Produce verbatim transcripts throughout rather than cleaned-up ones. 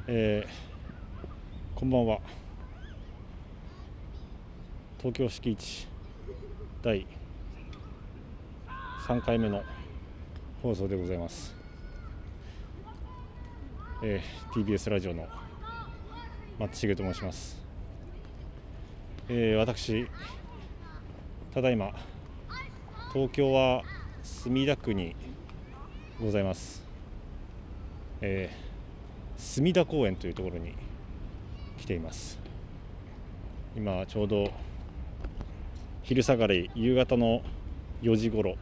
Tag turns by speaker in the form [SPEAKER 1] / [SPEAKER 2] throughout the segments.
[SPEAKER 1] えー、こんばんは。東京敷地だいさんかいめの放送でございます。えー、ティービーエス ラジオの松重と申します。えー、私ただいま東京は墨田区にございます。えー、墨田公園というところに来ています。今ちょうど昼下がり、夕方のよじごろ、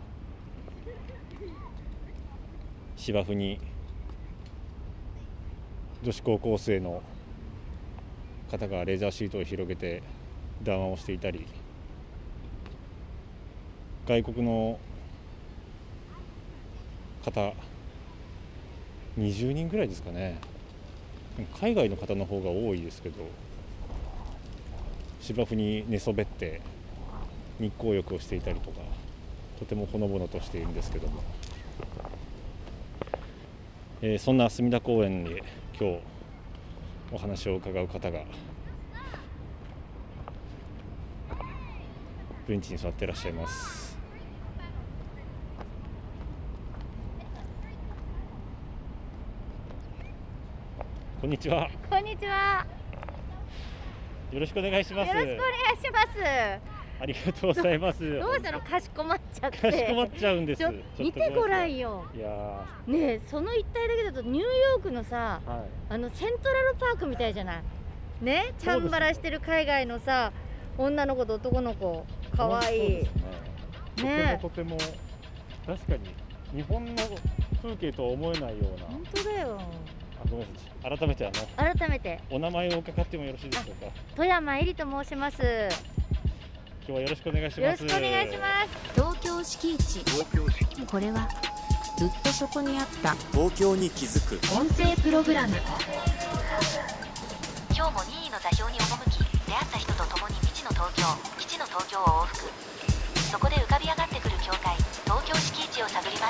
[SPEAKER 1] 芝生に女子高校生の方がレジャーシートを広げて談話をしていたり、外国の方にじゅうにんぐらいですかね。海外の方の方が多いですけど、芝生に寝そべって日光浴をしていたりとか、とてもほのぼのとしているんですけども、えー、そんな墨田公園に今日お話を伺う方がベンチに座っていらっしゃいます。こんにちは。
[SPEAKER 2] こんにちは。
[SPEAKER 1] よろしくお願いします。
[SPEAKER 2] よろしくお願いします。
[SPEAKER 1] ありがとうございます。
[SPEAKER 2] どうしたの、かしこまっちゃって。
[SPEAKER 1] かしこまっちゃうんです。
[SPEAKER 2] ちょ見てごらんよ。
[SPEAKER 1] いや
[SPEAKER 2] ねえ、その一帯だけだとニューヨークのさ、はい、あのセントラルパークみたいじゃない。ね、チャンバラしてる海外のさ、女の子と男の子、かわいい。ね
[SPEAKER 1] え、とてもとても確かに日本の風景とは思えないような。
[SPEAKER 2] 本当だよ。
[SPEAKER 1] あ、ごめんなさい。改めてあ
[SPEAKER 2] の改めて
[SPEAKER 1] お名前を伺ってもよろしいでしょうか。
[SPEAKER 2] 富山えりと申します。
[SPEAKER 1] 今日はよろしくお願いします。
[SPEAKER 2] よろしくお願いします。東京敷地。これはずっとそこにあった
[SPEAKER 3] 東京に気づく
[SPEAKER 2] 音声プログラム。
[SPEAKER 4] 今日も任意の座標に赴き、出会った人と共に未知の東京、基地の東京を往復。そこで浮かび上がってくる境界、東京敷地を探ります。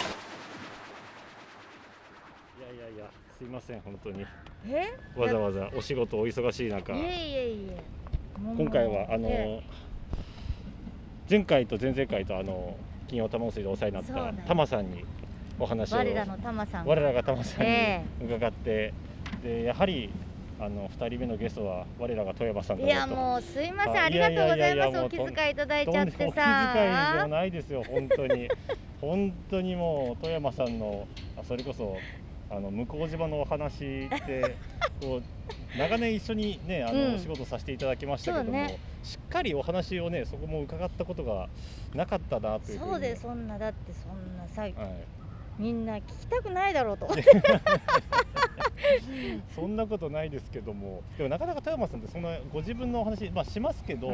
[SPEAKER 1] いやいやいや、すいません、本当に。
[SPEAKER 2] え？
[SPEAKER 1] わざわざお仕事お忙しい中、
[SPEAKER 2] いえいえいえ。
[SPEAKER 1] 今回はあの、ね、前回と前々回とあの金曜玉結びでお世話になったタマさんにお話を、
[SPEAKER 2] 我らのタマさん、
[SPEAKER 1] 我らがタマさんに伺って、えー、でやはりあのふたりめのゲストは我らが富山さんだと。
[SPEAKER 2] いやもうすいません、ありがとうございます。お気遣いいただいちゃってさ。お気
[SPEAKER 1] 遣いでもないですよ、本当に本当にもう富山さんのそれこそあの向島のお話ってこう長年一緒にね、あの、うん、お仕事させていただきましたけども、ね、しっかりお話をねそこも伺ったことがなかったなというふうに。
[SPEAKER 2] そうで、そんなだってそんなさ、はい、みんな聞きたくないだろうと
[SPEAKER 1] そんなことないですけども、でもなかなか富山さんってそんなご自分のお話、まあ、しますけど、うん、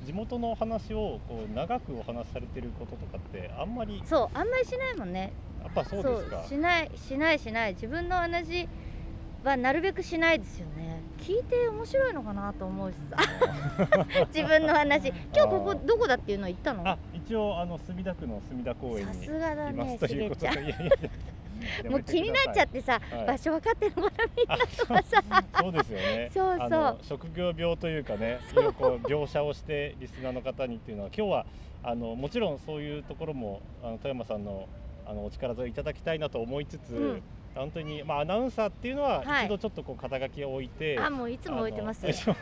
[SPEAKER 1] 地元のお話をこう長くお話しされてることとかってあんまり。
[SPEAKER 2] そう、あんまりしないもんね。
[SPEAKER 1] やっぱそうですか。
[SPEAKER 2] しないしないしない。自分の話はなるべくしないですよね。聞いて面白いのかなと思うしさ自分の話、今日ここどこだっていうの言ったの？
[SPEAKER 1] あ、一応あの墨田区の墨田公園にいますということで、いやいや
[SPEAKER 2] もう気になっちゃってさ、はい、場所分かってるのかなみんなとかさ
[SPEAKER 1] そうですよね。
[SPEAKER 2] そうそう、
[SPEAKER 1] 職業病というかね、いろいろこう描写をしてリスナーの方にっていうのは、今日はあのもちろんそういうところもあの富山さんのあのお力添えいただきたいなと思いつつ、うん、本当に、まあ、アナウンサーっていうのは一度ちょっとこう肩書きを置いて、
[SPEAKER 2] はい、あ、もういつも置いてますティ
[SPEAKER 4] ー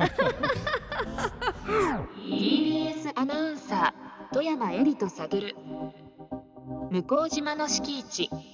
[SPEAKER 4] ビーエス アナウンサー富山えりと探る向島の敷地。
[SPEAKER 2] 向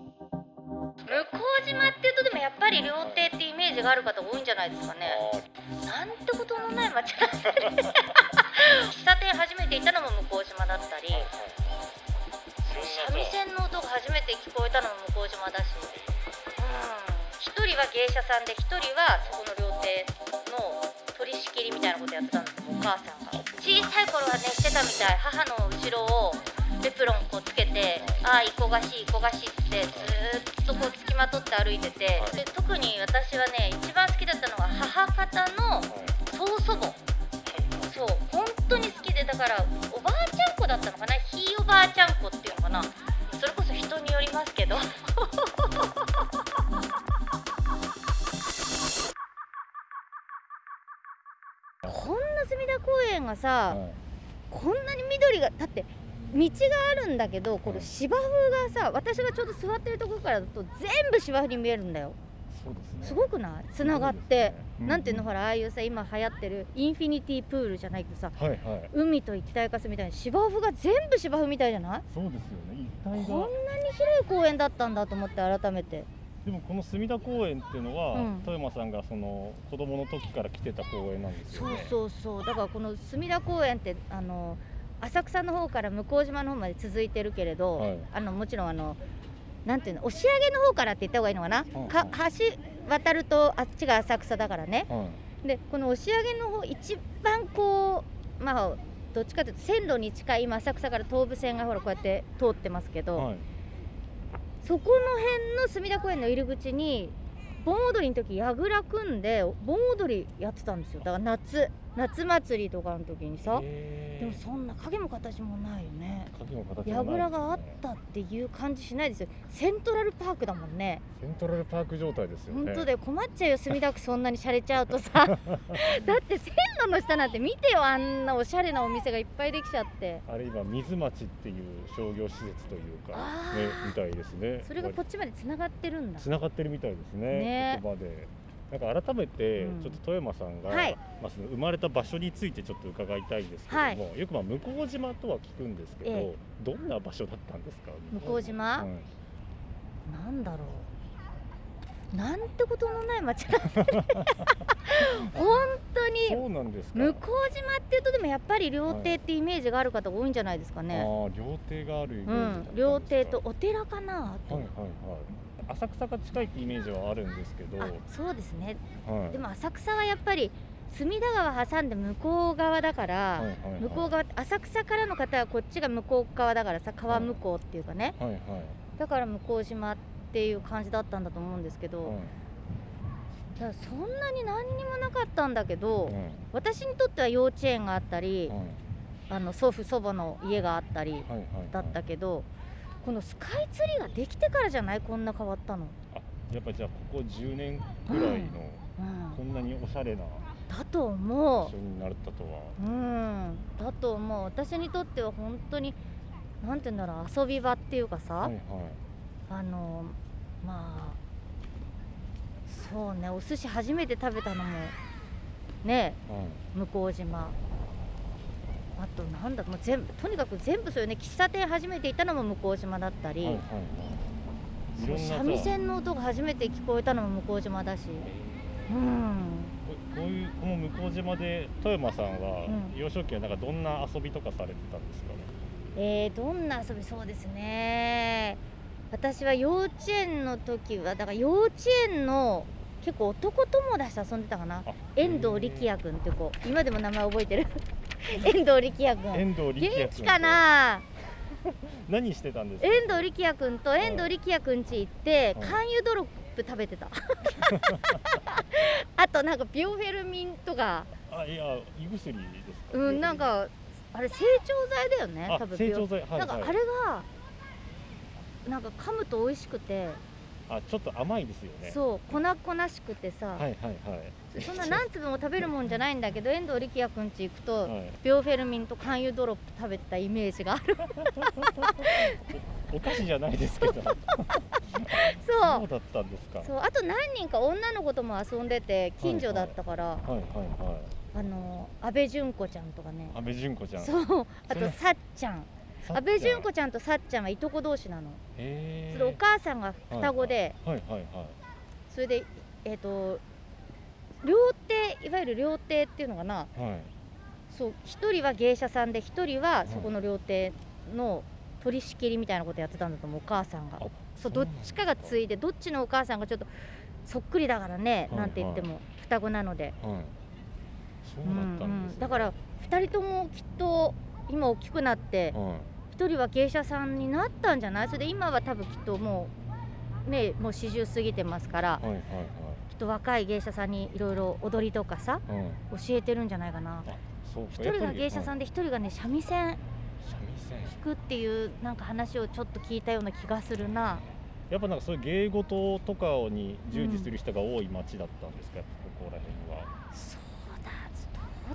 [SPEAKER 2] 島っていうとでもやっぱり料亭ってイメージがある方多いんじゃないですかね。なんてことのない街なんですね喫茶店初めて行ったのも向島だったり、三味線の音が初めて聞こえたのも向島だし、うん、一人は芸者さんで一人はそこの料亭の取り仕切りみたいなことやってたんですよ、お母さんが。小さい頃はねしてたみたい。母の後ろをエプロンこうつけて、ああいこがしいいこがしいってずーっとこうつきまとって歩いてて、で特に私はね一番好きだったのが母方の曽祖母。そう本当に好きで、だからおばあちゃん子だったのかな、ひいおばあちゃん子っていうのかな、それこそ人によりますけどこんな隅田公園がさ、
[SPEAKER 1] はい、
[SPEAKER 2] こんなに緑がだって道があるんだけど、この芝生がさ、私がちょうど座ってるところからだと全部芝生に見えるんだよ。
[SPEAKER 1] そうですね。
[SPEAKER 2] すごくない？つながって、
[SPEAKER 1] ね、うんうん、
[SPEAKER 2] なんていうの、ほらああいうさ今流行ってるインフィニティプールじゃないけどさ、
[SPEAKER 1] はいはい、
[SPEAKER 2] 海と一体化するみたいに芝生が全部芝生みたいじゃない？
[SPEAKER 1] そうですよね。一体が
[SPEAKER 2] こんなに広い公園だったんだと思って改めて。
[SPEAKER 1] でもこの隅田公園っていうのは、
[SPEAKER 2] うん、
[SPEAKER 1] 富山さんがその子供の時から来てた公園なんですよね。
[SPEAKER 2] そうそうそう。だからこの隅田公園ってあの浅草の方から向島の方まで続いてるけれど、はい、あのもちろんあのなんていうの、押上の方からって言った方がいいのかな、はい、か橋渡るとあっちが浅草だからね、はい、でこの押上の方一番こうまあどっちかというと線路に近い、今浅草から東武線がほらこうやって通ってますけど、はい、そこの辺の隅田公園の入り口に盆踊りの時櫓組んで盆踊りやってたんですよ。だから夏夏祭りとかの時にさ、でもそんな影も形もないよね。
[SPEAKER 1] 影も形もないですね。
[SPEAKER 2] 櫓があったっていう感じしないですよ。セントラルパークだもんね。
[SPEAKER 1] セントラルパーク状態ですよね。
[SPEAKER 2] 本当で困っちゃうよ、墨田区そんなに洒落ちゃうとさだって線路の下なんて見てよ、あんなおしゃれなお店がいっぱいできちゃって。あ
[SPEAKER 1] れ今水町っていう商業施設というかねみたいですね。
[SPEAKER 2] それがこっちまで繋がってるんだ。
[SPEAKER 1] 繋がってるみたいですね。ね、ここまで。なんか改めてちょっと富山さんが、うん、はい、まあ、その生まれた場所についてちょっと伺いたいんですけども、はい、よくまあ向島とは聞くんですけど、ええ、どんな場所だったんですか？
[SPEAKER 2] 向島、うん、なんだろう、なんてことのない町なんで本当に。
[SPEAKER 1] そうなんですか。
[SPEAKER 2] 向島っていうとでもやっぱり料亭ってイメージがある方が多いんじゃないですかね。
[SPEAKER 1] はい、ああ、料亭があるイメージだったんですか。
[SPEAKER 2] うん、料亭とお寺かな。
[SPEAKER 1] はいはいはい。浅草が近いってイメージはあるんですけど。
[SPEAKER 2] あ、そうですね、はい、でも浅草はやっぱり隅田川挟んで向こう側だから、はいはいはい、向こう側、浅草からの方はこっちが向こう側だからさ、川向こうっていうかね、はいはいはい、だから向島っていう感じだったんだと思うんですけど、はい、だからそんなに何にもなかったんだけど、はい、私にとっては幼稚園があったり、はい、あの祖父祖母の家があったりだったけど、はいはいはい、このスカイツリーができてからじゃない、こんな変わったの。
[SPEAKER 1] あ、やっぱりじゃあここじゅうねんぐらいの、うんうん、こんなにおしゃれな
[SPEAKER 2] だと思う
[SPEAKER 1] 場所になったとは。
[SPEAKER 2] うん、だと思う。私にとっては本当になんて言うんだろう、遊び場っていうかさ、はいはい、あのまあそうね、お寿司初めて食べたのもね、はい、向島。あとなんだ、もう全部とにかく全部そうよね。喫茶店初めて行ったのも向島だったり、はいはいはい、三味線の音が初めて聞こえたのも向島だし、うん、
[SPEAKER 1] こういうこの向島で富山さんは、うん、幼少期はなんかどんな遊びとかされてたんですかね。
[SPEAKER 2] えー、どんな遊び、そうですね、私は幼稚園の時はだから幼稚園の結構男友達と遊んでたかな。遠藤力也君って子、今でも名前覚えてる遠藤力也君。
[SPEAKER 1] 遠藤力也君
[SPEAKER 2] 元気かな
[SPEAKER 1] 何してたんですか。
[SPEAKER 2] 遠藤力也君と遠藤力也君家行って、はい、肝油ドロップ食べてたあとなんかビオフェルミンとか。
[SPEAKER 1] あ、いや、胃薬ですか。
[SPEAKER 2] うん、なんかあれ成長剤だよね、多分。
[SPEAKER 1] 成長剤、はいはい、
[SPEAKER 2] なんかあれがなんか噛むと美味しくて、
[SPEAKER 1] あ、ちょっと甘いですよね。
[SPEAKER 2] そう、粉々しくてさ、はいはいはい、そんな何粒も食べるもんじゃないんだけど遠藤力也くんち行くと、はい、ビオフェルミンと肝油ドロップ食べてたイメージがある
[SPEAKER 1] お, お菓子じゃないですけどそうそうだったんですか。
[SPEAKER 2] そう、あと何人か女の子とも遊んでて近所だったから、はいはいはいはい、あの安倍純子ちゃんとかね。
[SPEAKER 1] 安倍純子ちゃん。
[SPEAKER 2] そう、あとさっちゃん。安倍純子ちゃんとさっちゃんはいとこ同士なの。へー。それお母さんが双子で、はいはいはいはい、それでえっ、ー、と料亭、いわゆる料亭っていうのかな、はい、そう、一人は芸者さんで一人はそこの料亭の取り仕切りみたいなことやってたんだと思う、お母さんが。そう、どっちかが継いで、どっちのお母さんがちょっとそっくりだからね、はいはい、なんて言っても双子なので、はい、そうだったんですね。うんうん、だからふたりともきっと今大きくなって、はい、一人は芸者さんになったんじゃない。それで今は多分きっともうね、もうよんじゅう過ぎてますから、はいはいはい、きっと若い芸者さんにいろいろ踊りとかさ、うん、教えてるんじゃないかな。一人が芸者さんで一人がね三味線弾くっていうなんか話をちょっと聞いたような気がするな。
[SPEAKER 1] やっぱなんかそういう芸事とかに従事する人が多い町だったんですか、うん、ここら辺は。
[SPEAKER 2] そうだ、どう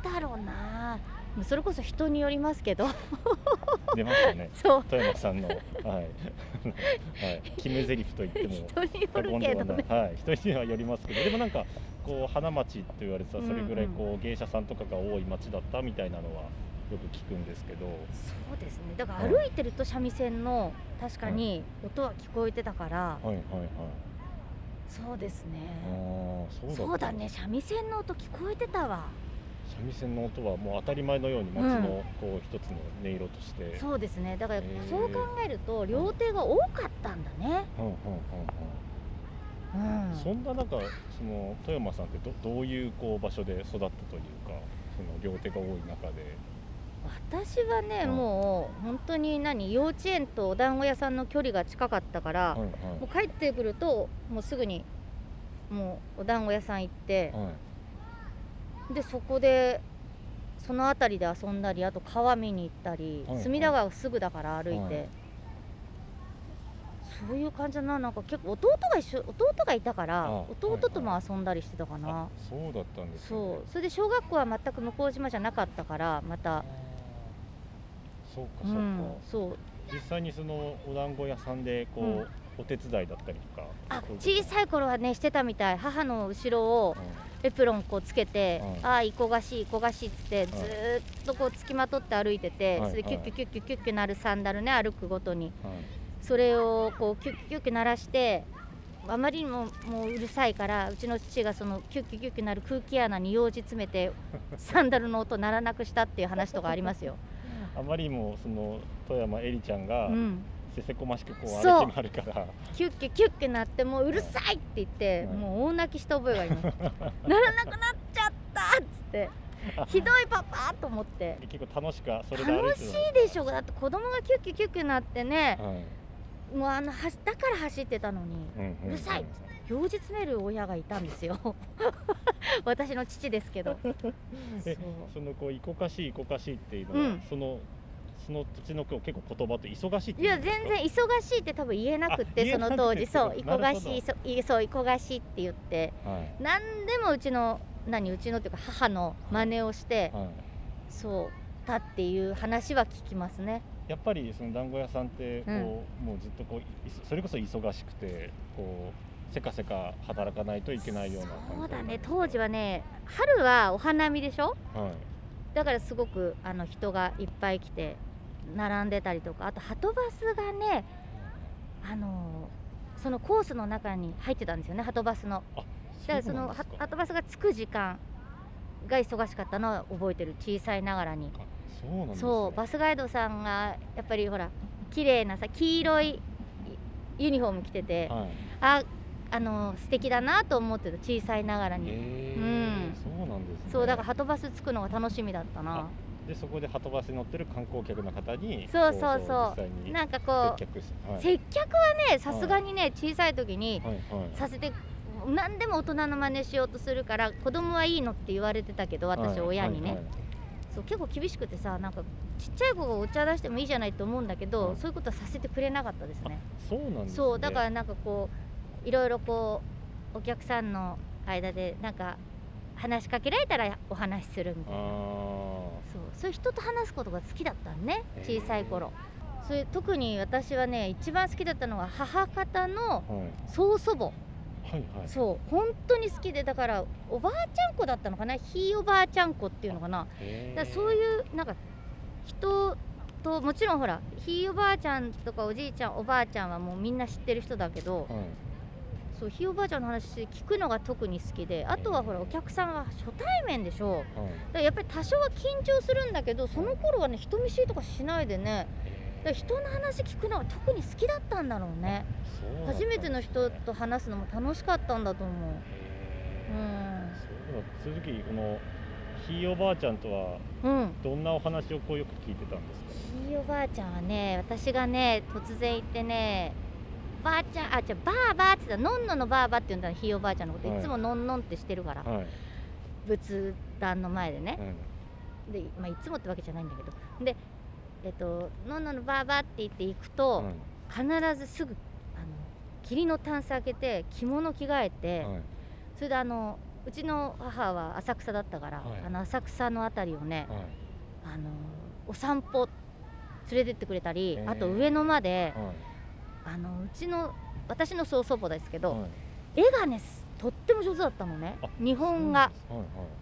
[SPEAKER 2] うだろうな、それこそ人によりますけど
[SPEAKER 1] 出ましたね
[SPEAKER 2] そう
[SPEAKER 1] 富山さんの、はいはい、決め台詞と言っても
[SPEAKER 2] 人によるけどね、
[SPEAKER 1] はい、人にはよりますけど、でもなんかこう花町って言われてたらそれぐらいこう芸者さんとかが多い町だったみたいなのはよく聞くんですけど。
[SPEAKER 2] そうですね、だから歩いてると三味線の確かに音は聞こえてたから、
[SPEAKER 1] はいはいはい、
[SPEAKER 2] そうですね、
[SPEAKER 1] あそうだ
[SPEAKER 2] そうだね、三味線の音聞こえてたわ。
[SPEAKER 1] 三味線の音はもう当たり前のように町のこう一つの音色として、うん、
[SPEAKER 2] そうですね、だからそう考えると料亭が多かったんだね。
[SPEAKER 1] うんうんうんうん、そんな中その富山さんって ど, どういうこう場所で育ったというか、その料亭が多い中で。
[SPEAKER 2] 私はね、うん、もう本当に何幼稚園とお団子屋さんの距離が近かったから、はいはい、もう帰ってくるともうすぐにもうお団子屋さん行って、はい、でそこでその辺りで遊んだり、あと川見に行ったり、はいはい、隅田川すぐだから歩いて、はい、そういう感じだな。なんか結構弟が一緒弟がいたから弟とも遊んだりしてたかな、はいはい、
[SPEAKER 1] そうだったんですね。
[SPEAKER 2] そうそれで小学校は全く向島じゃなかったからまた
[SPEAKER 1] そうかそうか、うん、
[SPEAKER 2] そう
[SPEAKER 1] 実際にそのお団子屋さんでこう、うん、お手伝いだったりとか、
[SPEAKER 2] あ小さい頃はねしてたみたい。母の後ろをエプロンこうつけて、うん、ああいこがしいいこがしいっつってずーっとこうつきまとって歩いてて、はい、それでキュッキュキュッキュキュッキュなるサンダルね歩くごとに、はい、それをこうキュッキュキュッキュ鳴らして、あまりにももううるさいからうちの父がそのキュッキュキュッキュなる空気穴に用事詰めてサンダルの音鳴らなくしたっていう話とかありますよ。
[SPEAKER 1] あまりにもその富山えりちゃんがせせこましくこう歩き回るから、
[SPEAKER 2] キュッキュキュッキュなってもううるさいって言って、はい、もう大泣きした覚えがありますならなくなっちゃったっつってひどいパパと思って。
[SPEAKER 1] 結構楽しかそれで歩いて
[SPEAKER 2] 楽しいでしょ。だって子供がキュッキュキュッキュなってね、はい、もうあのはだから走ってたのに、うんうんうん、うるさいっつって用事詰める親がいたんですよ私の父ですけど
[SPEAKER 1] え そ, そのこういこかしいいこかしいっていうのは、うん、そのその土地の結構言葉って忙しいって
[SPEAKER 2] いや全然忙しいって多分言えなくて、その当時そういこがしいそういこがしいって言って、はい、何でもうちの何うちのっていうか母の真似をして、はいはい、そうたっていう話は聞きますね。
[SPEAKER 1] やっぱりその団子屋さんってこう、うん、もうずっとこうそれこそ忙しくてこうせかせか働かないといけないような感じ。
[SPEAKER 2] そうだね、当時はね春はお花見でしょ、はい、だからすごくあの人がいっぱい来て並んでたりとか、あとはとバスがね、あのそのコースの中に入ってたんですよね、はとバスの。だからそのはとバスが着く時間が忙しかったのは覚えてる、小さいながらに。
[SPEAKER 1] そうなんですね。
[SPEAKER 2] そうバスガイドさんがやっぱりほら綺麗なさ黄色いユニフォーム着てて、はい、ああの素敵だなと思ってた、小さいながらに。
[SPEAKER 1] へー、うん、そうなんですね。
[SPEAKER 2] そうだからはとバス着くのが楽しみだったな。
[SPEAKER 1] でそこではとバスに乗ってる観光客の方に
[SPEAKER 2] そうそうそうなんかこう接客して、はい、接客はねさすがにね、はい、小さい時にさせて、はいはい、何でも大人の真似しようとするから子供はいいのって言われてたけど、私親にね、はいはいはい、そう結構厳しくてさ、なんかちっちゃい子がお茶出してもいいじゃないと思うんだけど、はい、そういうことはさせてくれなかったですね。
[SPEAKER 1] そうなんですね。
[SPEAKER 2] そうだからなんかこういろいろこうお客さんの間でなんか話しかけられたらお話しするみたいな、そうそういう人と話すことが好きだったんね、小さい頃。それ特に私はね一番好きだったのは母方の曽祖母、はいはいはい、そう本当に好きで、だからおばあちゃん子だったのかな、ひいおばあちゃん子っていうのかな。だからそういうなんか人と、もちろんほらひいおばあちゃんとかおじいちゃんおばあちゃんはもうみんな知ってる人だけど、はい、そうひいおばあちゃんの話聞くのが特に好きで、あとはほらお客さんは初対面でしょ、はい、だからやっぱり多少は緊張するんだけど、その頃はね人見知りとかしないでね、だから人の話聞くのが特に好きだったんだろうね。う初めての人と話すのも楽しかったんだと思う。うん、
[SPEAKER 1] そうだ。正直このひいおばあちゃんとはどんなお話をこうよく聞いてたんですか。
[SPEAKER 2] ひいおばあちゃんはね、私がね突然言ってね、ばあちゃん、あ、じゃばあばって言ったら、のんののばあばって言うんだ、ひいおばあちゃんのこと、はい、いつものんのんってしてるから、はい、仏壇の前でね、はい、で、まあ、いつもってわけじゃないんだけど、で、えっと、のんののばあばって言って行くと、はい、必ずすぐあの霧のタンス開けて着物着替えて、はい、それであのうちの母は浅草だったから、
[SPEAKER 1] はい、
[SPEAKER 2] あの浅草のあたりをね、
[SPEAKER 1] はい、
[SPEAKER 2] あのお散歩連れてってくれたり、あと上野まで、はい、あのうちの私の曽祖母ですけど、はい、絵がねとっても上手だったのね、日本が。そうです、はいはい、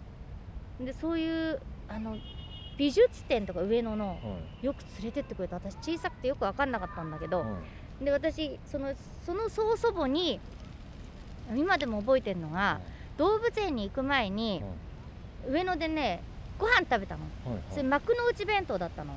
[SPEAKER 2] でそういうあの美術展とか上野の、はい、よく連れてってくれた。私小さくてよく分かんなかったんだけど、はい、で私そのその曽祖母に今でも覚えてるのが、はい、動物園に行く前に、はい、上野でねご飯食べたの、はいはい、それ幕の内弁当だったの、はい、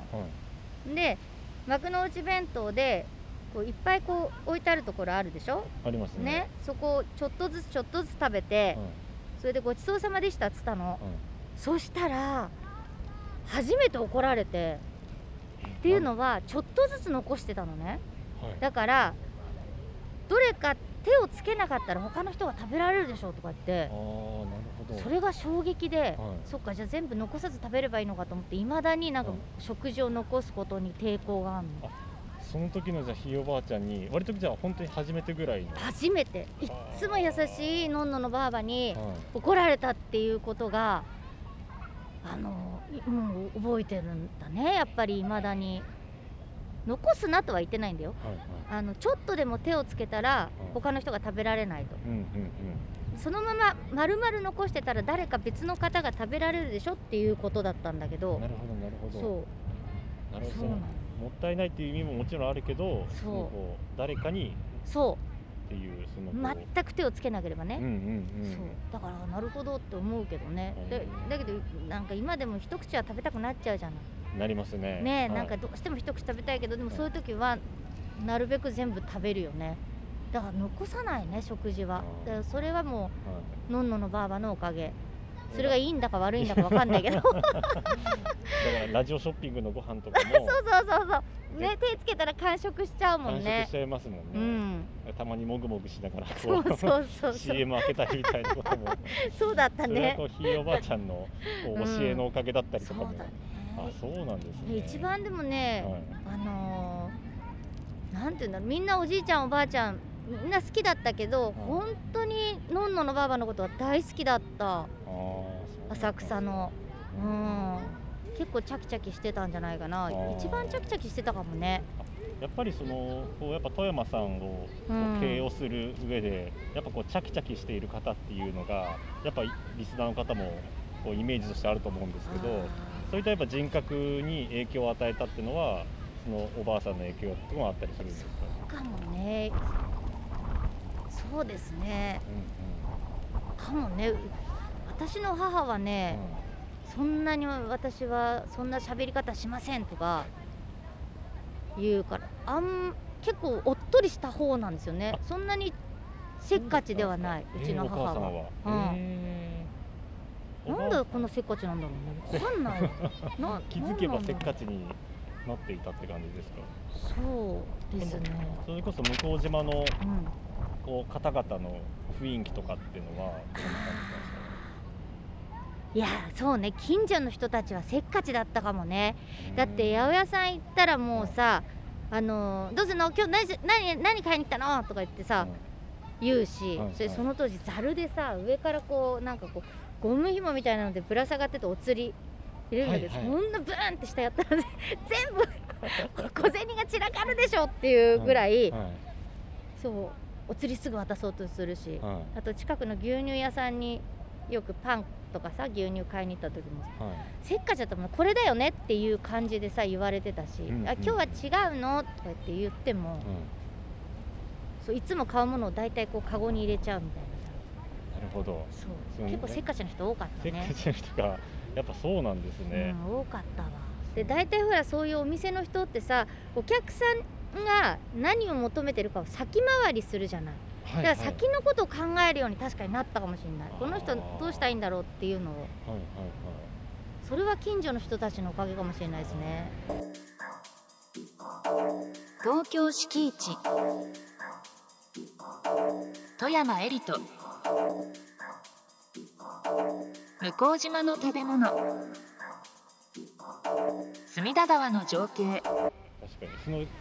[SPEAKER 2] で幕の内弁当でこういっぱいこう置いてあるところあるでしょ。
[SPEAKER 1] あります ね, ね
[SPEAKER 2] そこをちょっとずつちょっとずつ食べて、はい、それでごちそうさまでしたっつったの、はい、そしたら初めて怒られて、っていうのはちょっとずつ残してたのね、はい、だからどれか手をつけなかったら他の人が食べられるでしょとか言って、あー、なるほど、それが衝撃で、はい、そっかじゃあ全部残さず食べればいいのかと思って、いまだになんか食事を残すことに抵抗があるの。
[SPEAKER 1] その時のじゃあひいおばあちゃんに割とじゃあ本当に初めてぐらいの
[SPEAKER 2] 初めていっつも優しいのんののばあばに怒られたっていうことが、あのもう覚えてるんだね、やっぱり未だに。残すなとは言ってないんだよ、はいはい、あのちょっとでも手をつけたら他の人が食べられないと、うんうんうん、そのまま丸々残してたら誰か別の方が食べられるでしょっていうことだったんだけど。
[SPEAKER 1] なるほどなるほど、
[SPEAKER 2] そう
[SPEAKER 1] なるほど、もったいないっていう意味ももちろんあるけど、そうこう誰かに
[SPEAKER 2] そう
[SPEAKER 1] っていうその
[SPEAKER 2] 全く手をつけなければね、
[SPEAKER 1] うんうんうん、
[SPEAKER 2] そうだからなるほどって思うけどね、でだけどなんか今でも一口は食べたくなっちゃうじゃない。
[SPEAKER 1] なりますね。
[SPEAKER 2] ねえ、はい、なんかどうしても一口食べたいけど、でもそういう時はなるべく全部食べるよね。だから残さないね、食事は。だからそれはもう、はい、のんののばあばのおかげ。それがいいんだか悪いんだか分かんないけどだから
[SPEAKER 1] ラジオショッピングのご飯とかも
[SPEAKER 2] そうそうそうそうね、手つけたら完食しちゃうもんね。
[SPEAKER 1] 完食しちゃいますもんね、うん、たまにもぐもぐしながらこう
[SPEAKER 2] そうそうそうそう
[SPEAKER 1] シーエム 開けたりみたいなことも
[SPEAKER 2] そうだったね。
[SPEAKER 1] それはこうひいおばあちゃんのこう教えのおかげだったりとかも、うん、そうだね。あ、そうなんですね。
[SPEAKER 2] 一番でもね、はい、あのー、なんていうんだろう、みんなおじいちゃんおばあちゃんみんな好きだったけど、はい、本当にのんののばあばのことは大好きだった。あ、浅草の、うん、結構チャキチャキしてたんじゃないかな。一番チャキチャキしてたかもね。
[SPEAKER 1] やっぱりそのこうやっぱ富山さんを経営をする上で、うん、やっぱこうチャキチャキしている方っていうのがやっぱりリスナーの方もこうイメージとしてあると思うんですけど、そういったやっぱ人格に影響を与えたっていうのはそのおばあさんの影響っていうのもあったりするんですか？
[SPEAKER 2] そうかもね。そうですね、うんうん、かもね。私の母はね、うん、そんなに私はそんな喋り方しませんとか言うから、あん結構おっとりした方なんですよね。そんなにせっかちではない、うちの母は。えー、お母さんは、えー、なんでこんなせっかちなんだろうね。分かんないな
[SPEAKER 1] 気づけばせっかちになっていたって感じですか？
[SPEAKER 2] そうですね。
[SPEAKER 1] それこそ向島の、うん、こう方々の雰囲気とかっていうのはどんな感じなんですか？
[SPEAKER 2] いやそうね、近所の人たちはせっかちだったかもね。だって八百屋さん行ったらもうさ、あのどうするの今日 何, 何, 何買いに来たのとか言ってさ、うん、言うし、はいはい、それその当時ざるでさ上からこうなんかこうゴム紐みたいなのでぶら下がっててお釣り入れるんだけど、はいはい、そんなブーンって下やったら全部小銭が散らかるでしょっていうぐらい、はいはい、そうお釣りすぐ渡そうとするし、はい、あと近くの牛乳屋さんによくパンとかさ牛乳買いに行った時も、はい、せっかちだったもんこれだよねっていう感じでさ言われてたし、うんうん、あ今日は違うのとか言って言っても、うん、そういつも買うものを大体こうカゴに入れちゃうみたいなさ。
[SPEAKER 1] なるほど。
[SPEAKER 2] そう結構せっかちな人多かったね。
[SPEAKER 1] せっかちな人がやっぱそうなんですね、
[SPEAKER 2] うん、多かったわ。で大体ほらそういうお店の人ってさお客さんが何を求めてるかを先回りするじゃない。だから先のことを考えるように確かになったかもしれない。この人どうしたらいいんだろうっていうのを、はいはいはい、それは近所の人たちのおかげかもしれないですね。
[SPEAKER 4] 東京敷地富山エリと向島の食べ物隅田川の情景。
[SPEAKER 1] 確かにその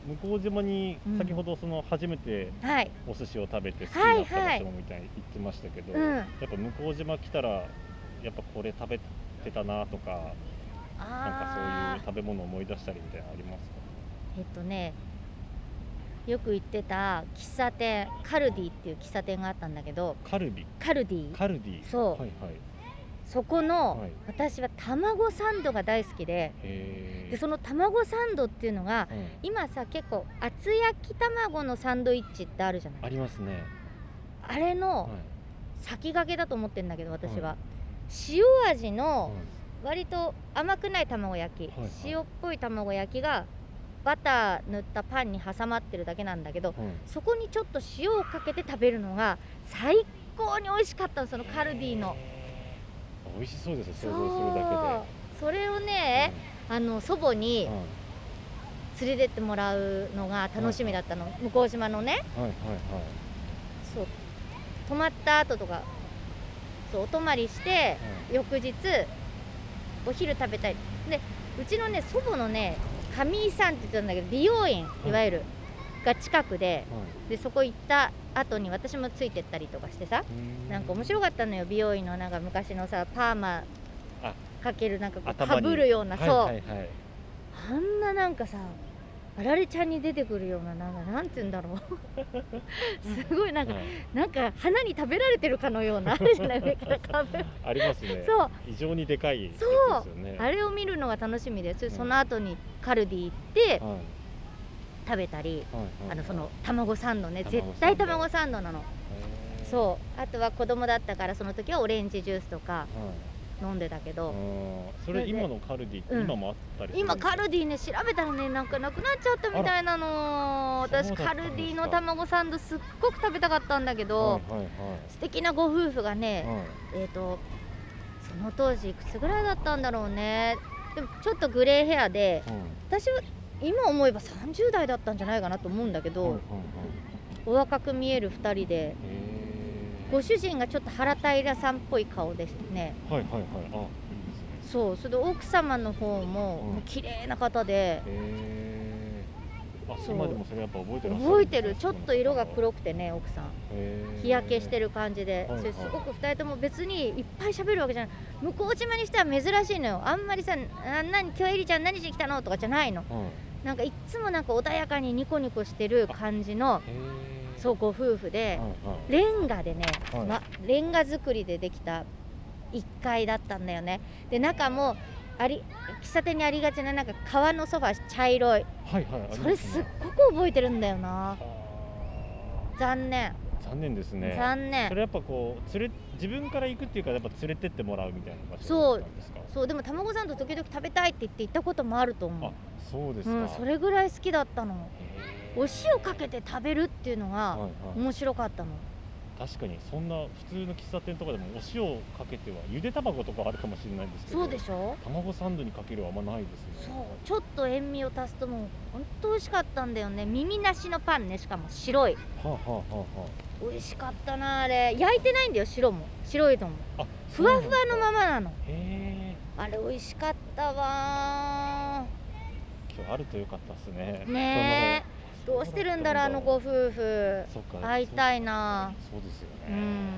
[SPEAKER 1] 向島に
[SPEAKER 2] うん
[SPEAKER 1] 先ほどその初めて
[SPEAKER 2] はい
[SPEAKER 1] お寿司を食べて好きになった場所みたいに言ってましたけど、
[SPEAKER 2] うん
[SPEAKER 1] やっぱ向島来たらやっぱこれ食べてたなとか、なんかそう
[SPEAKER 2] あ
[SPEAKER 1] いう食べ物を思い出したりみたいなのありますか？
[SPEAKER 2] ーえっとねよく行ってた喫茶店カルディっていう喫茶店があったんだけど、
[SPEAKER 1] カルビ
[SPEAKER 2] カルディ
[SPEAKER 1] カルディ
[SPEAKER 2] そう
[SPEAKER 1] はいはい
[SPEAKER 2] そこの、
[SPEAKER 1] はい
[SPEAKER 2] 私は卵サンドが大好きで、
[SPEAKER 1] へー
[SPEAKER 2] でその卵サンドっていうのが
[SPEAKER 1] うん
[SPEAKER 2] 今さ結構厚焼き卵のサンドイッチってあるじゃない。
[SPEAKER 1] ありますね。
[SPEAKER 2] あれの
[SPEAKER 1] はい
[SPEAKER 2] 先駆けだと思ってんだけど私は、
[SPEAKER 1] は
[SPEAKER 2] 塩味の
[SPEAKER 1] は
[SPEAKER 2] 割と甘くない卵焼き、
[SPEAKER 1] はいはい
[SPEAKER 2] 塩っぽい卵焼きがバター塗ったパンに挟まってるだけなんだけど、
[SPEAKER 1] いはい
[SPEAKER 2] そこにちょっと塩をかけて食べるのが最高に美味しかったの、そのカルディの。
[SPEAKER 1] 美味しそうですね、
[SPEAKER 2] そう
[SPEAKER 1] 想像するだ
[SPEAKER 2] それをね、あの祖母
[SPEAKER 1] けで。
[SPEAKER 2] に
[SPEAKER 1] うん
[SPEAKER 2] 連れてってもらうのが楽しみだったの、向島のね。
[SPEAKER 1] はいはいはい
[SPEAKER 2] そう泊まった後とかそうお泊まりして、翌日お昼食べたいで、うちのね祖母のね上井さんって言ってたんだけど美容院いわゆる、が近くで、
[SPEAKER 1] はい
[SPEAKER 2] でそこ行った後に私もついてったりとかしてさ、
[SPEAKER 1] うー
[SPEAKER 2] なんか面白かったのよ。美容院のなんか昔のさパーマ
[SPEAKER 1] あ
[SPEAKER 2] かけるなんかこう
[SPEAKER 1] 頭に
[SPEAKER 2] かぶるような、
[SPEAKER 1] はい
[SPEAKER 2] そう、
[SPEAKER 1] はいはい
[SPEAKER 2] あんななんかさあられちゃんに出てくるようななんかなんて言うんだろうすごいなんか、
[SPEAKER 1] はい
[SPEAKER 2] なんか花に食べられてるかのようなあるじゃない上からかぶる
[SPEAKER 1] ありますね。
[SPEAKER 2] そう
[SPEAKER 1] 異常にでかいやつです
[SPEAKER 2] そう
[SPEAKER 1] よね。
[SPEAKER 2] あれを見るのが楽しみです。
[SPEAKER 1] うん
[SPEAKER 2] その後にカルディ行って
[SPEAKER 1] はい
[SPEAKER 2] 食べたり、
[SPEAKER 1] はいはい
[SPEAKER 2] あのその卵サンドね、
[SPEAKER 1] 卵サンド
[SPEAKER 2] 絶対卵サンドなの。
[SPEAKER 1] へー
[SPEAKER 2] そうあとは子供だったからその時はオレンジジュースとか
[SPEAKER 1] はい
[SPEAKER 2] 飲んでたけど、
[SPEAKER 1] あーそれ今のカルディって
[SPEAKER 2] うん
[SPEAKER 1] 今もあったりするんですか？
[SPEAKER 2] 今カルディね調べたらねなんかなくなっちゃったみたいなの。私
[SPEAKER 1] そうだったんですか
[SPEAKER 2] カルディの卵サンドすっごく食べたかったんだけど、
[SPEAKER 1] はいはいはい
[SPEAKER 2] 素敵なご夫婦がね、
[SPEAKER 1] はい
[SPEAKER 2] えーとその当時いくつぐらいだったんだろうね。でもちょっとグレーヘアで、
[SPEAKER 1] うん
[SPEAKER 2] 私は今思えばさんじゅう代だったんじゃないかなと思うんだけど、
[SPEAKER 1] はいはいはい
[SPEAKER 2] お若く見えるふたりで、
[SPEAKER 1] へー
[SPEAKER 2] ご主人がちょっと原平さんっぽい顔ですね。
[SPEAKER 1] はいはいはいあいいですね。
[SPEAKER 2] そうそれで奥様の方も、
[SPEAKER 1] うん
[SPEAKER 2] もう綺麗な方で、
[SPEAKER 1] へーあ
[SPEAKER 2] そう
[SPEAKER 1] 今でもそれやっぱ覚えてらっしゃる
[SPEAKER 2] 覚えてる。ちょっと色が黒くてね奥さん
[SPEAKER 1] へー
[SPEAKER 2] 日焼けしてる感じで、
[SPEAKER 1] はい
[SPEAKER 2] それすごくふたりとも別にいっぱい喋るわけじゃない。向島にしては珍しいのよ。あんまりさ「あ何今日エリちゃん何しに来たの?」とかじゃないの。
[SPEAKER 1] はい
[SPEAKER 2] なんかいっつもなんか穏やかにニコニコしてる感じの
[SPEAKER 1] へー
[SPEAKER 2] そうご夫婦で、
[SPEAKER 1] はいはい
[SPEAKER 2] レンガでね、
[SPEAKER 1] はい
[SPEAKER 2] ま、レンガ作りでできたいっかいだったんだよね。で中もあり喫茶店にありがちななんか革のソファー茶色い、
[SPEAKER 1] はいはいありますね
[SPEAKER 2] それすっごく覚えてるんだよな。
[SPEAKER 1] あ
[SPEAKER 2] 残念、
[SPEAKER 1] ー残念ですね。
[SPEAKER 2] 残念
[SPEAKER 1] それやっぱこう連れ自分から行くっていうかやっぱ連れてってもらうみたいな場
[SPEAKER 2] そう
[SPEAKER 1] 所なんですか？
[SPEAKER 2] そうでも卵サンド時々食べたいって言って行ったこともあると思
[SPEAKER 1] あ
[SPEAKER 2] う。
[SPEAKER 1] そうですか。
[SPEAKER 2] うん、それぐらい好きだったの。
[SPEAKER 1] へー
[SPEAKER 2] お塩かけて食べるっていうのが
[SPEAKER 1] はいはい
[SPEAKER 2] 面白かったの。
[SPEAKER 1] 確かにそんな普通の喫茶店とかでもお塩をかけてはゆで卵とかはあるかもしれないんですけど、
[SPEAKER 2] そうでしょ。
[SPEAKER 1] 卵サンドにかけるはあんまないです
[SPEAKER 2] そう
[SPEAKER 1] ね。
[SPEAKER 2] ちょっと塩味を足すともう本当美味しかったんだよね。耳なしのパンね、しかも白い。
[SPEAKER 1] はあ、はあはあは
[SPEAKER 2] 美味しかったなあれ。焼いてないんだよ白も白いのも
[SPEAKER 1] あ、あ
[SPEAKER 2] ふわふわのま
[SPEAKER 1] ま。
[SPEAKER 2] まなの。
[SPEAKER 1] へ
[SPEAKER 2] あれ美味しかったわ
[SPEAKER 1] え、今日あるとよかったですね。
[SPEAKER 2] ーねえ。
[SPEAKER 1] その
[SPEAKER 2] どうしてるんだろうあのご夫婦。
[SPEAKER 1] そっか
[SPEAKER 2] 会いたいな。
[SPEAKER 1] そうですよね。
[SPEAKER 2] うん。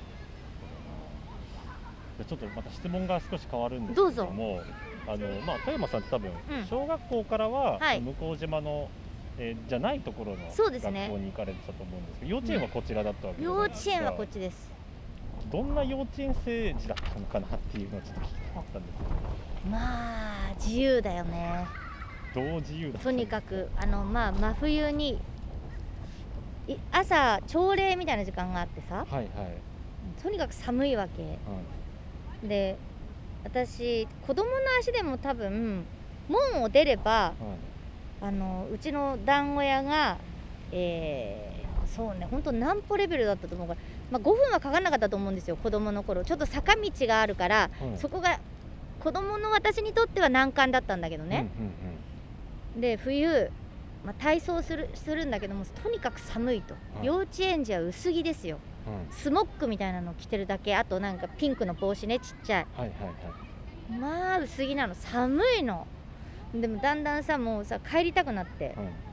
[SPEAKER 1] でちょっとまた質問が少し変わるんですけども、あのまあ富山さんって多分、
[SPEAKER 2] うん
[SPEAKER 1] 小学校からは、
[SPEAKER 2] はい
[SPEAKER 1] 向島の、えーじゃないところの
[SPEAKER 2] そうですね
[SPEAKER 1] 学校に行かれてたと思うんですけど、幼稚園はこちらだったわけじゃ
[SPEAKER 2] 幼
[SPEAKER 1] ないですか。
[SPEAKER 2] 稚園はこっちです。
[SPEAKER 1] どんな幼稚園生時だったのかなっていうのをちょっと聞きたかったんです
[SPEAKER 2] まあ自由だよね。
[SPEAKER 1] けど、どう自由だった
[SPEAKER 2] とにかくあのまあ真冬にい朝朝礼みたいな時間があってさ、
[SPEAKER 1] はいはい
[SPEAKER 2] とにかく寒いわけ
[SPEAKER 1] はい
[SPEAKER 2] で、私子供の足でも多分門を出れば
[SPEAKER 1] はい
[SPEAKER 2] あのうちの団子屋が、えーそうね本当何歩レベルだったと思うから、まあ、ごふんはかかんなかったと思うんですよ子供の頃。ちょっと坂道があるから、
[SPEAKER 1] はい
[SPEAKER 2] そこが子供の私にとっては難関だったんだけどね、
[SPEAKER 1] うん
[SPEAKER 2] で冬、まあ、体操するするんだけどもとにかく寒いと、
[SPEAKER 1] はい
[SPEAKER 2] 幼稚園児は薄着ですよ。
[SPEAKER 1] うんうん
[SPEAKER 2] スモックみたいなの着てるだけ、あとなんかピンクの帽子ねちっちゃい、
[SPEAKER 1] はいはいはい
[SPEAKER 2] まあ薄着なの、寒いの。でもだんだんさもうさ帰りたくなって、
[SPEAKER 1] はい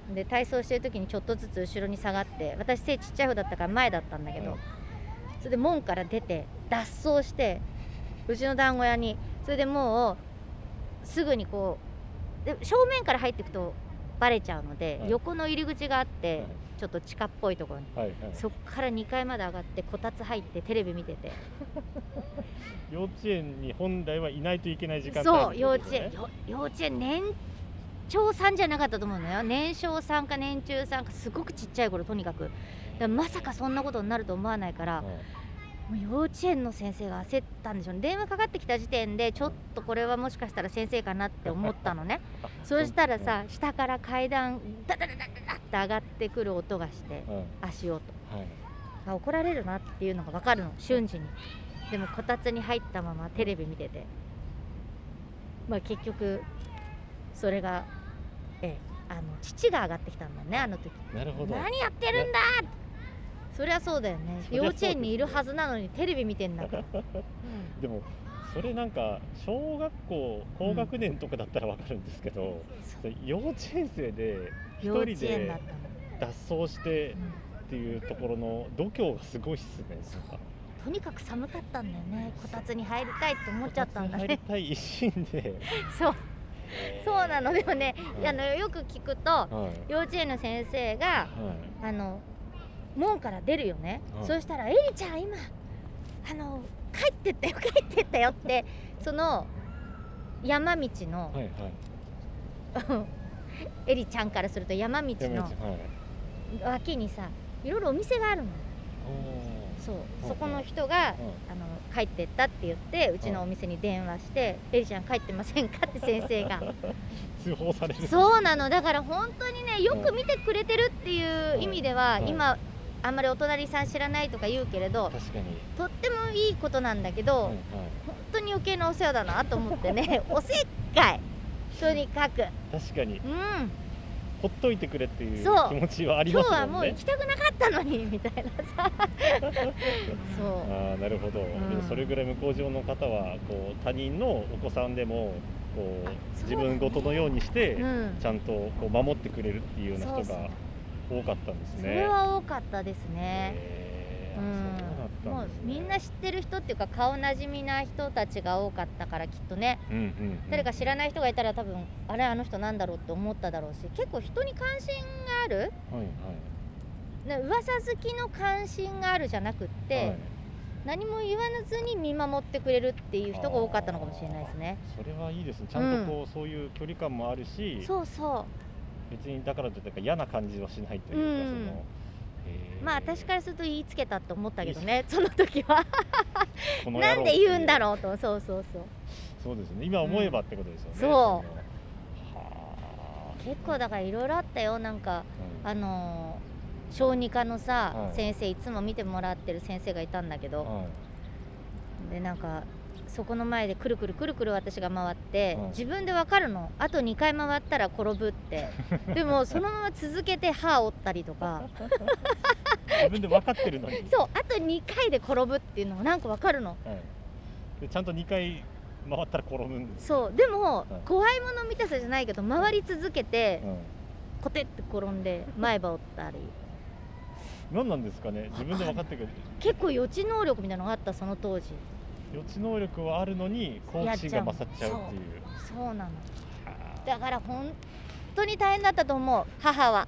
[SPEAKER 2] で体操してる時にちょっとずつ後ろに下がって、私背ちっちゃい方だったから前だったんだけど、
[SPEAKER 1] うん
[SPEAKER 2] それで門から出て脱走してうちの団子屋に、それでもうすぐにこうで正面から入っていくとバレちゃうので、
[SPEAKER 1] はい
[SPEAKER 2] 横の入り口があって、
[SPEAKER 1] はい
[SPEAKER 2] ちょっと地下っぽいところに、
[SPEAKER 1] はいはい、
[SPEAKER 2] そっからにかいまで上がってこたつ入ってテレビ見てて、
[SPEAKER 1] 幼稚園に本来はいないといけない時間帯
[SPEAKER 2] そう幼稚
[SPEAKER 1] なんですね
[SPEAKER 2] 園よ幼稚園年長さんじゃなかったと思うのよ。年少さんか年中さんか、すごくちっちゃい頃、とにかくだからまさかそんなことになると思わないから、
[SPEAKER 1] はい
[SPEAKER 2] もう幼稚園の先生が焦ったんでしょうね。電話かかってきた時点でちょっとこれはもしかしたら先生かなって思ったのねそしたらさ、下から階段ダダダダダダって上がってくる音がして、
[SPEAKER 1] うんはい
[SPEAKER 2] 足音あ怒られるなっていうのが分かるの瞬時に。でもこたつに入ったままテレビ見てて、まあ結局それがええあの父が上がってきたんだよね、あの時。
[SPEAKER 1] なるほど。
[SPEAKER 2] 何やってるんだって。そりゃそうだよね。
[SPEAKER 1] そりゃそうですね
[SPEAKER 2] 幼稚園にいるはずなのにテレビ見てんだから。
[SPEAKER 1] でもそれなんか小学校高学年とかだったらわかるんですけど、
[SPEAKER 2] そう
[SPEAKER 1] 幼稚園生で一
[SPEAKER 2] 幼稚
[SPEAKER 1] 人で
[SPEAKER 2] 園だったの。
[SPEAKER 1] 脱走して
[SPEAKER 2] うん
[SPEAKER 1] っていうところの度胸がすごいっすね。なんか
[SPEAKER 2] とにかく寒かったんだよね。こたつに入りたいって思っちゃったんだ
[SPEAKER 1] 入り
[SPEAKER 2] ね。
[SPEAKER 1] たい一心で
[SPEAKER 2] そうそうなの。でもね、
[SPEAKER 1] はい
[SPEAKER 2] あのよく聞くと
[SPEAKER 1] はい
[SPEAKER 2] 幼稚園の先生が
[SPEAKER 1] はい
[SPEAKER 2] あの門から出るよね、
[SPEAKER 1] はい
[SPEAKER 2] そしたら「エリちゃん今あの帰ってったよ帰ってったよ」ってその山道の、
[SPEAKER 1] はいはい
[SPEAKER 2] エリちゃんからすると山道の
[SPEAKER 1] 山道はい
[SPEAKER 2] 脇にさいろいろお店があるの。そう、
[SPEAKER 1] い
[SPEAKER 2] そこの人が、あの帰ってったって言ってうちの
[SPEAKER 1] はい
[SPEAKER 2] お店に電話して「エリちゃん帰ってませんか?」って先生が
[SPEAKER 1] 通報される。
[SPEAKER 2] そうなの。だから本当にねよく見てくれてるっていう意味では、
[SPEAKER 1] はい
[SPEAKER 2] 今あんまりお隣さん知らないとか言うけれど、
[SPEAKER 1] 確かに。
[SPEAKER 2] とってもいいことなんだけど、
[SPEAKER 1] はいはい
[SPEAKER 2] 本当に余計なお世話だなと思ってねおせっかいとにかく
[SPEAKER 1] 確かに
[SPEAKER 2] うん
[SPEAKER 1] ほっといてくれっていう
[SPEAKER 2] そう
[SPEAKER 1] 気持ちはあり
[SPEAKER 2] 今
[SPEAKER 1] ますもんね。
[SPEAKER 2] 日はもう行きたくなかったのにみたいなさそう
[SPEAKER 1] ああなるほど、
[SPEAKER 2] ん
[SPEAKER 1] でもそれぐらい向こう上の方はこう他人のお子さんでもこう
[SPEAKER 2] あそう
[SPEAKER 1] 自
[SPEAKER 2] だね
[SPEAKER 1] 分ごとのようにして、
[SPEAKER 2] うん
[SPEAKER 1] ちゃんとこう守ってくれるっていうような人
[SPEAKER 2] そう
[SPEAKER 1] が多かったんですね。
[SPEAKER 2] それは多かったですね。
[SPEAKER 1] へー
[SPEAKER 2] うん
[SPEAKER 1] そうだった
[SPEAKER 2] もう
[SPEAKER 1] んですね。
[SPEAKER 2] みんな知ってる人っていうか顔なじみな人たちが多かったからきっとね、
[SPEAKER 1] うんうんうん
[SPEAKER 2] 誰か知らない人がいたら多分あれあの人なんだろうって思っただろうし、結構人に関心がある、
[SPEAKER 1] はい
[SPEAKER 2] ね、噂好きの関心があるじゃなくって、
[SPEAKER 1] はいはい
[SPEAKER 2] 何も言わずに見守ってくれるっていう人が多かったのかもしれないですね。
[SPEAKER 1] それはいいですね。ちゃんとこう、そういう距離感もあるし、
[SPEAKER 2] そうそ
[SPEAKER 1] 別にだからといって嫌な感じはしないというか、
[SPEAKER 2] うん
[SPEAKER 1] そのへー
[SPEAKER 2] う。まあ私からすると言いつけたと思ったけどねその時は
[SPEAKER 1] この野郎
[SPEAKER 2] なんで言うんだ
[SPEAKER 1] う。
[SPEAKER 2] ろうと。そうそうそう
[SPEAKER 1] そうですね。今思えばってことですよね。
[SPEAKER 2] そう
[SPEAKER 1] のはあ。
[SPEAKER 2] 結構だからいろいろあったよ。なんか
[SPEAKER 1] うん
[SPEAKER 2] あのー小児科のさ、
[SPEAKER 1] はい
[SPEAKER 2] 先生いつも見てもらってる先生がいたんだけど、
[SPEAKER 1] はい
[SPEAKER 2] でなんかそこの前でくるくるくるくる私が回って、
[SPEAKER 1] はい
[SPEAKER 2] 自分でわかるの。あとにかい回ったら転ぶってでもそのまま続けて歯折ったりとか
[SPEAKER 1] 自分で分かってるのに。
[SPEAKER 2] そうあとにかいで転ぶっていうのがなんかわかるの。
[SPEAKER 1] はい、でちゃんとにかい回ったら転ぶんです。
[SPEAKER 2] そうでも、
[SPEAKER 1] い
[SPEAKER 2] 怖いもの見たさじゃないけど回り続けて、
[SPEAKER 1] うん
[SPEAKER 2] コテって転んで前歯折ったり
[SPEAKER 1] 何なんですかね。自分で分かってくる。
[SPEAKER 2] 結構予知能力みたいなのがあった。その当時
[SPEAKER 1] 予知能力はあるのに好奇心が勝っちゃうっていう。
[SPEAKER 2] そうなの。
[SPEAKER 1] はあ
[SPEAKER 2] だから本当に大変だったと思う母は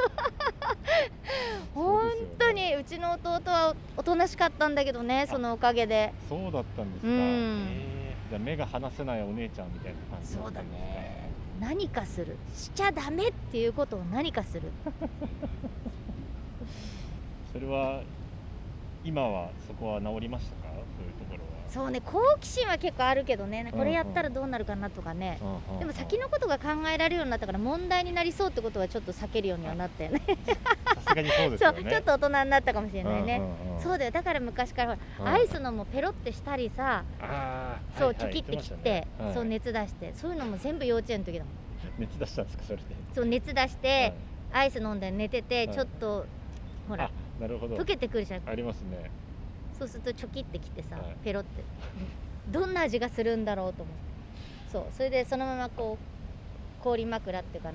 [SPEAKER 2] 本当にうちの弟はおとなしかったんだけどね、そのおかげで。
[SPEAKER 1] そうだったんですか。
[SPEAKER 2] うん
[SPEAKER 1] えーじゃあ目が離せないお姉ちゃんみたいな感じ
[SPEAKER 2] そうだ
[SPEAKER 1] ったんですか。
[SPEAKER 2] ね。何かするしちゃダメっていうことを何かする
[SPEAKER 1] それは今はそこは治りましたか。そういうところは。
[SPEAKER 2] そうね、好奇心は結構あるけどね、これやったらどうなるかなとかね、
[SPEAKER 1] うんうん
[SPEAKER 2] でも先のことが考えられるようになったから問題になりそうってことはちょっと避けるようにはなったよね
[SPEAKER 1] さすがにそうです
[SPEAKER 2] そう、
[SPEAKER 1] よね。
[SPEAKER 2] ちょっと大人になったかもしれないね、
[SPEAKER 1] うんうんうん
[SPEAKER 2] そうだよ。だから昔からほら、
[SPEAKER 1] はい
[SPEAKER 2] アイスのもペロってしたりさ、
[SPEAKER 1] あー
[SPEAKER 2] そう、
[SPEAKER 1] はいはい
[SPEAKER 2] チョキって切って、
[SPEAKER 1] 言ましたねはい
[SPEAKER 2] そう熱出して、そういうのも全部幼稚園の時だもん。
[SPEAKER 1] 熱出したんですかそれで。
[SPEAKER 2] そう熱出して、
[SPEAKER 1] はい
[SPEAKER 2] アイス飲んで寝てて、
[SPEAKER 1] はい
[SPEAKER 2] ちょっとほら
[SPEAKER 1] あなるほど。
[SPEAKER 2] 溶けてくるじゃん。
[SPEAKER 1] ありますね。
[SPEAKER 2] そうするとチョキって切ってさ、
[SPEAKER 1] はい
[SPEAKER 2] ペロってどんな味がするんだろうと思って、そうそれでそのままこう氷枕っていうかあの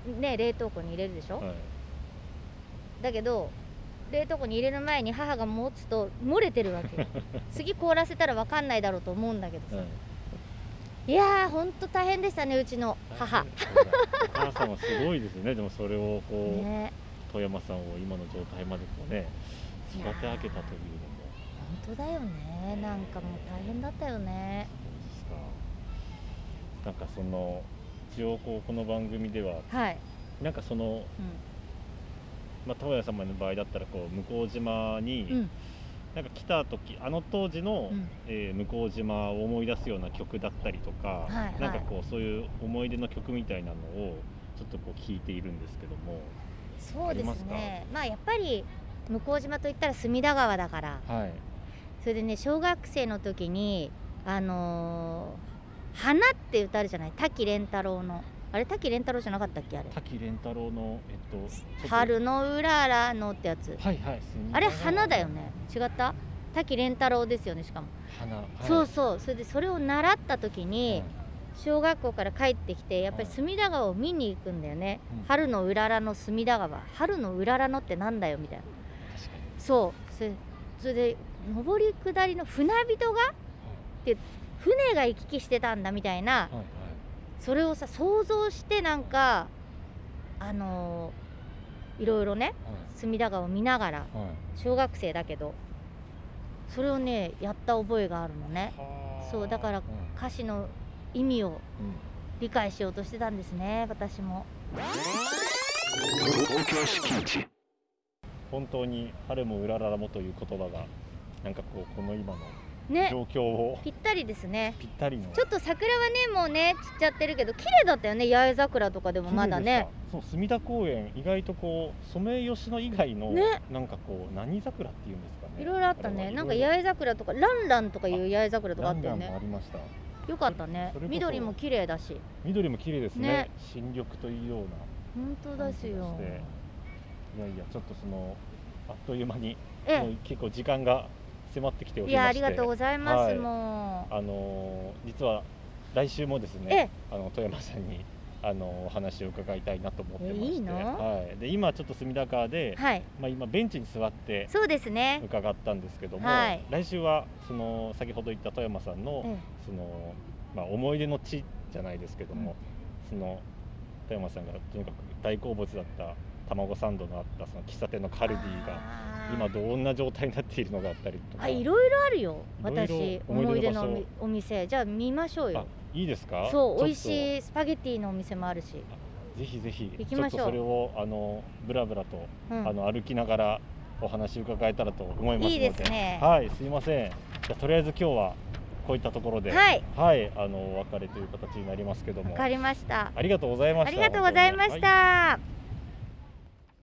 [SPEAKER 2] ね冷凍庫に入れるでしょ、
[SPEAKER 1] はい、
[SPEAKER 2] だけど冷凍庫に入れる前に母が持つと漏れてるわけよ次凍らせたら分かんないだろうと思うんだけどさ、
[SPEAKER 1] はい
[SPEAKER 2] いやーほんと大変でしたねうちの母
[SPEAKER 1] お母さんはすごいですね。でもそれをこう、
[SPEAKER 2] ね
[SPEAKER 1] 富山さんを今の状態までこうね育て上げたというのも。
[SPEAKER 2] 本当だよね。なんかもう大変だったよね。
[SPEAKER 1] そうですか。なんかその一応こうこの番組では
[SPEAKER 2] はい、
[SPEAKER 1] なんかその、
[SPEAKER 2] うん
[SPEAKER 1] まあ、富山様の場合だったらこう向島に、
[SPEAKER 2] うん
[SPEAKER 1] なんか来た時あの当時の、
[SPEAKER 2] うん
[SPEAKER 1] えー向島を思い出すような曲だったりとか、
[SPEAKER 2] はいはい
[SPEAKER 1] なんかこうそういう思い出の曲みたいなのをちょっとこう聞いているんですけども。
[SPEAKER 2] そうです
[SPEAKER 1] ありますか？
[SPEAKER 2] ね。まあやっぱり向島といったら隅田川だから、
[SPEAKER 1] はい。
[SPEAKER 2] それでね小学生の時にあのー花って歌あるじゃない、滝廉太郎の。あれ滝廉太郎じゃなかったっけあれ。
[SPEAKER 1] 滝廉太郎のえっとちょっと
[SPEAKER 2] 春のうららのってやつ。
[SPEAKER 1] はいはい。
[SPEAKER 2] あれ花だよね。違った？滝廉太郎ですよねしかも。
[SPEAKER 1] 花、はい、
[SPEAKER 2] そうそう。それでそれを習った時に、
[SPEAKER 1] はい
[SPEAKER 2] 小学校から帰ってきてやっぱり
[SPEAKER 1] はい
[SPEAKER 2] 隅田川を見に行くんだよね、
[SPEAKER 1] うん
[SPEAKER 2] 春のうららの隅田川、春のうららのってなんだよみたいな。
[SPEAKER 1] 確かに。
[SPEAKER 2] そうそれ、それで上り下りの船人がで船が行き来してたんだみたいな、
[SPEAKER 1] はいはい
[SPEAKER 2] それをさ想像してなんかあのーいろいろね
[SPEAKER 1] はい
[SPEAKER 2] 隅田川を見ながら
[SPEAKER 1] はい
[SPEAKER 2] 小学生だけどそれをねやった覚えがあるのね。
[SPEAKER 1] はあ
[SPEAKER 2] そうだから
[SPEAKER 1] うん
[SPEAKER 2] 歌詞の意味を
[SPEAKER 1] うん
[SPEAKER 2] 理解しようとしてたんですね私も。
[SPEAKER 1] 本当に春もうららもという言葉がなんかこうこの今の
[SPEAKER 2] ね
[SPEAKER 1] 状況を
[SPEAKER 2] ぴったりですね。
[SPEAKER 1] ぴったりの。
[SPEAKER 2] ちょっと桜はねもうね散っちゃってるけど綺麗だったよね。八重桜とかでもまだね。
[SPEAKER 1] そう隅田公園意外とこうソメイヨシノ以外の、
[SPEAKER 2] ね
[SPEAKER 1] なんかこう何桜っていうんですかね。
[SPEAKER 2] いろいろあったね。なんか八
[SPEAKER 1] や
[SPEAKER 2] 重桜とかランランとかいう八重桜とかあったよ
[SPEAKER 1] も
[SPEAKER 2] ね。
[SPEAKER 1] ありました。
[SPEAKER 2] よかったね
[SPEAKER 1] それこそ
[SPEAKER 2] 緑も綺麗だし。
[SPEAKER 1] 緑も綺麗ですね。
[SPEAKER 2] ね
[SPEAKER 1] 新緑というような
[SPEAKER 2] 本当
[SPEAKER 1] 感じが
[SPEAKER 2] ですよ
[SPEAKER 1] して。いやいやちょっとそのあっという間に
[SPEAKER 2] え
[SPEAKER 1] もう結構時間が迫ってきてお
[SPEAKER 2] え、い
[SPEAKER 1] りまして。
[SPEAKER 2] やありがとうございます、
[SPEAKER 1] はい
[SPEAKER 2] も
[SPEAKER 1] あのー実は来週もです
[SPEAKER 2] え
[SPEAKER 1] ね、あの富山さんにあのお話を伺いたいなと思ってまして、
[SPEAKER 2] えいいの
[SPEAKER 1] はい、で今ちょっと隅田川で
[SPEAKER 2] う、はい
[SPEAKER 1] まあ、今ベンチに座って
[SPEAKER 2] そうですね。
[SPEAKER 1] 伺ったんですけども、
[SPEAKER 2] はい
[SPEAKER 1] 来週はその先ほど言った富山さんの
[SPEAKER 2] え
[SPEAKER 1] その、まあ、思い出の地じゃないですけども、その富山さんがとにかく大好物だった卵サンドのあったその喫茶店のカルディが
[SPEAKER 2] あー
[SPEAKER 1] 今どんな状態になっているのがあったりとか。
[SPEAKER 2] あいろいろあるよ
[SPEAKER 1] いろいろ
[SPEAKER 2] 私
[SPEAKER 1] 思い
[SPEAKER 2] 思い出
[SPEAKER 1] 出の場所
[SPEAKER 2] のおみお店じゃあ見ましょう
[SPEAKER 1] あ
[SPEAKER 2] よ。
[SPEAKER 1] いいですか？
[SPEAKER 2] そう美味
[SPEAKER 1] い。
[SPEAKER 2] しいスパゲッティのお店もあるし、
[SPEAKER 1] ぜひぜひ
[SPEAKER 2] 行きましょう
[SPEAKER 1] ちょっとそれをあのブラブラと、
[SPEAKER 2] うん
[SPEAKER 1] あの歩きながらお話伺えたらと思いますので。
[SPEAKER 2] いいですね
[SPEAKER 1] はい、すいません。じゃあとりあえず今日はこういったところで、
[SPEAKER 2] はい
[SPEAKER 1] はい、あのお別れという形になりますけども、
[SPEAKER 2] わかりました。
[SPEAKER 1] ありがとうございました。
[SPEAKER 2] ありがとうございまし
[SPEAKER 1] 本当に。はい
[SPEAKER 2] た。